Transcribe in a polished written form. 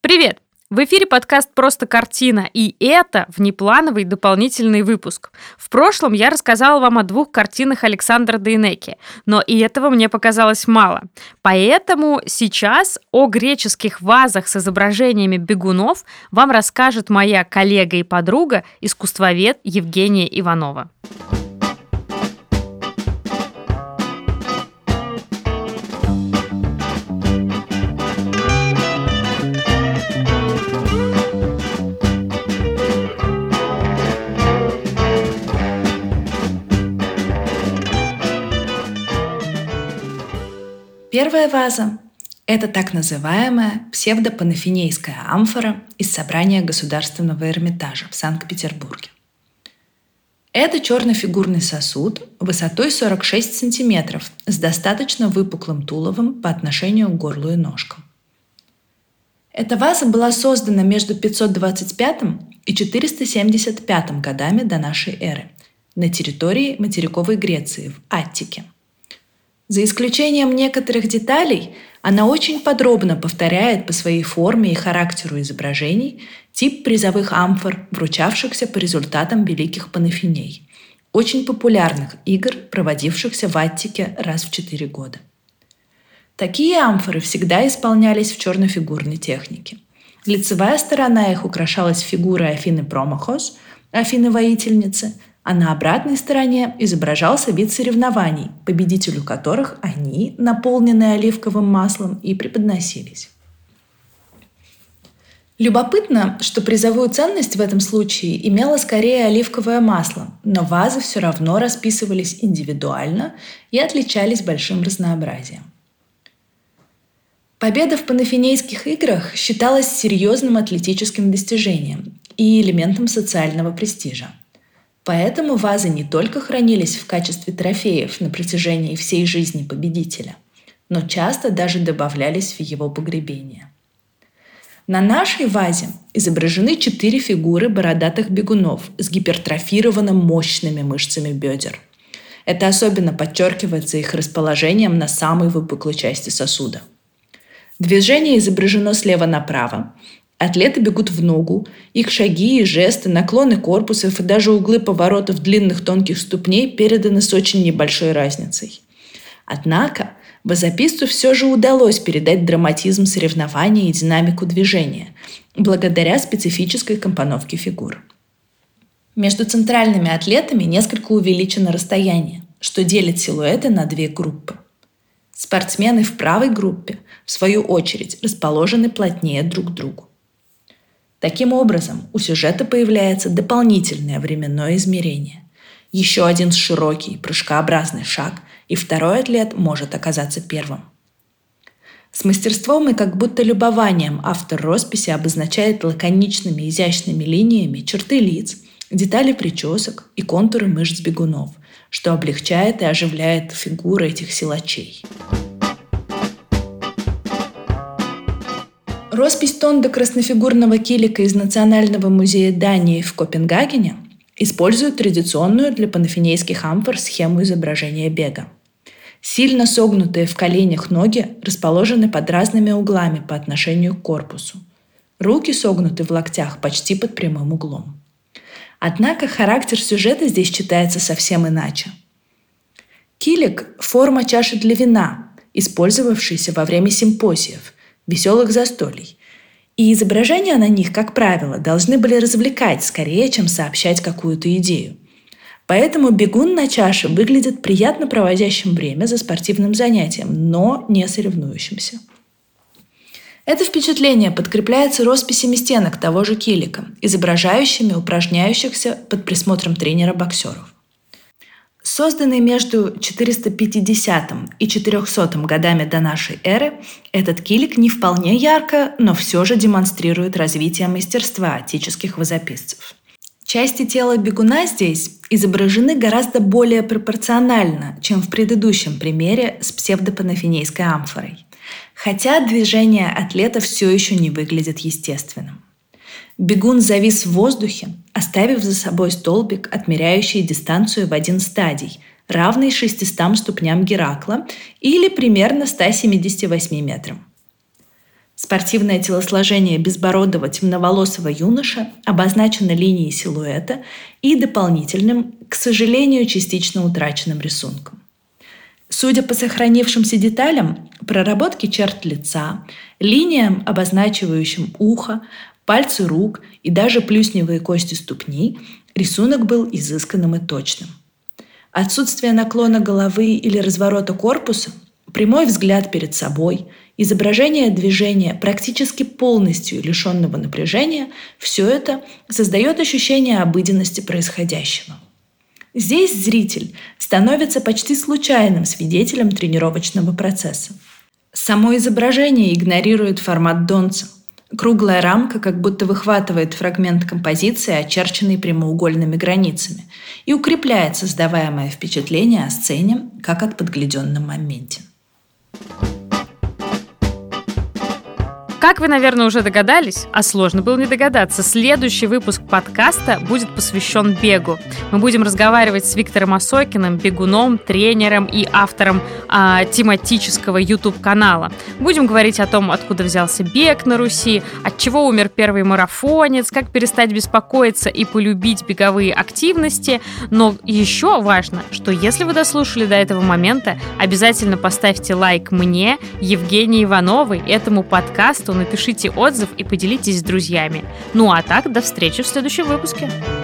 Привет! В эфире подкаст «Просто картина», и это внеплановый дополнительный выпуск. В прошлом я рассказала вам о 2 картинах Александра Дейнеки, но и этого мне показалось мало. Поэтому сейчас о греческих вазах с изображениями бегунов вам расскажет моя коллега и подруга, искусствовед Евгения Иванова. Первая ваза – это так называемая псевдопанафинейская амфора из собрания Государственного Эрмитажа в Санкт-Петербурге. Это чернофигурный сосуд высотой 46 сантиметров с достаточно выпуклым туловом по отношению к горлу и ножкам. Эта ваза была создана между 525 и 475 годами до нашей эры на территории материковой Греции в Аттике. За исключением некоторых деталей, она очень подробно повторяет по своей форме и характеру изображений тип призовых амфор, вручавшихся по результатам великих панафиней, очень популярных игр, проводившихся в Аттике раз в 4 года. Такие амфоры всегда исполнялись в чернофигурной технике. Лицевая сторона их украшалась фигурой Афины Промахос, Афины-воительницы, а на обратной стороне изображался вид соревнований, победителю которых они, наполненные оливковым маслом, и преподносились. Любопытно, что призовую ценность в этом случае имело скорее оливковое масло, но вазы все равно расписывались индивидуально и отличались большим разнообразием. Победа в панафинейских играх считалась серьезным атлетическим достижением и элементом социального престижа. Поэтому вазы не только хранились в качестве трофеев на протяжении всей жизни победителя, но часто даже добавлялись в его погребение. На нашей вазе изображены 4 фигуры бородатых бегунов с гипертрофированным мощными мышцами бедер. Это особенно подчеркивается их расположением на самой выпуклой части сосуда. Движение изображено слева направо. Атлеты бегут в ногу, их шаги и жесты, наклоны корпусов и даже углы поворотов длинных тонких ступней переданы с очень небольшой разницей. Однако вазописцу все же удалось передать драматизм соревнования и динамику движения, благодаря специфической компоновке фигур. Между центральными атлетами несколько увеличено расстояние, что делит силуэты на 2 группы. Спортсмены в правой группе, в свою очередь, расположены плотнее друг к другу. Таким образом, у сюжета появляется дополнительное временное измерение. Еще один широкий, прыжкообразный шаг, и второй атлет может оказаться первым. С мастерством и как будто любованием автор росписи обозначает лаконичными изящными линиями черты лиц, детали причесок и контуры мышц бегунов, что облегчает и оживляет фигуры этих силачей. Роспись тонда краснофигурного килика из Национального музея Дании в Копенгагене использует традиционную для панафинейских амфор схему изображения бега. Сильно согнутые в коленях ноги расположены под разными углами по отношению к корпусу. Руки согнуты в локтях почти под прямым углом. Однако характер сюжета здесь читается совсем иначе. Килик – форма чаши для вина, использовавшейся во время симпозиев, веселых застолий. И изображения на них, как правило, должны были развлекать скорее, чем сообщать какую-то идею. Поэтому бегун на чаше выглядит приятно проводящим время за спортивным занятием, но не соревнующимся. Это впечатление подкрепляется росписями стенок того же килика, изображающими упражняющихся под присмотром тренера боксеров. Созданный между 450 и 400 годами до нашей эры, этот килик не вполне ярко, но все же демонстрирует развитие мастерства аттических вазописцев. Части тела бегуна здесь изображены гораздо более пропорционально, чем в предыдущем примере с псевдопанафинейской амфорой. Хотя движение атлета все еще не выглядит естественным. Бегун завис в воздухе, оставив за собой столбик, отмеряющий дистанцию в 1 стадий, равный 600 ступням Геракла или примерно 178 метрам. Спортивное телосложение безбородого темноволосого юноши обозначено линией силуэта и дополнительным, к сожалению, частично утраченным рисунком. Судя по сохранившимся деталям, проработке черт лица, линиям, обозначивающим ухо, пальцы рук и даже плюсневые кости ступней, рисунок был изысканным и точным. Отсутствие наклона головы или разворота корпуса, прямой взгляд перед собой, изображение движения практически полностью лишенного напряжения – все это создает ощущение обыденности происходящего. Здесь зритель становится почти случайным свидетелем тренировочного процесса. Само изображение игнорирует формат донца. Круглая рамка как будто выхватывает фрагмент композиции, очерченный прямоугольными границами, и укрепляет создаваемое впечатление о сцене, как от подгляденном моменте. Как вы, наверное, уже догадались, а сложно было не догадаться, следующий выпуск подкаста будет посвящен бегу. Мы будем разговаривать с Виктором Осокиным, бегуном, тренером и автором тематического YouTube-канала. Будем говорить о том, откуда взялся бег на Руси, от чего умер первый марафонец, как перестать беспокоиться и полюбить беговые активности. Но еще важно, что если вы дослушали до этого момента, обязательно поставьте лайк мне, Евгении Ивановой, этому подкасту, напишите отзыв и поделитесь с друзьями. Ну а так, до встречи в следующем выпуске.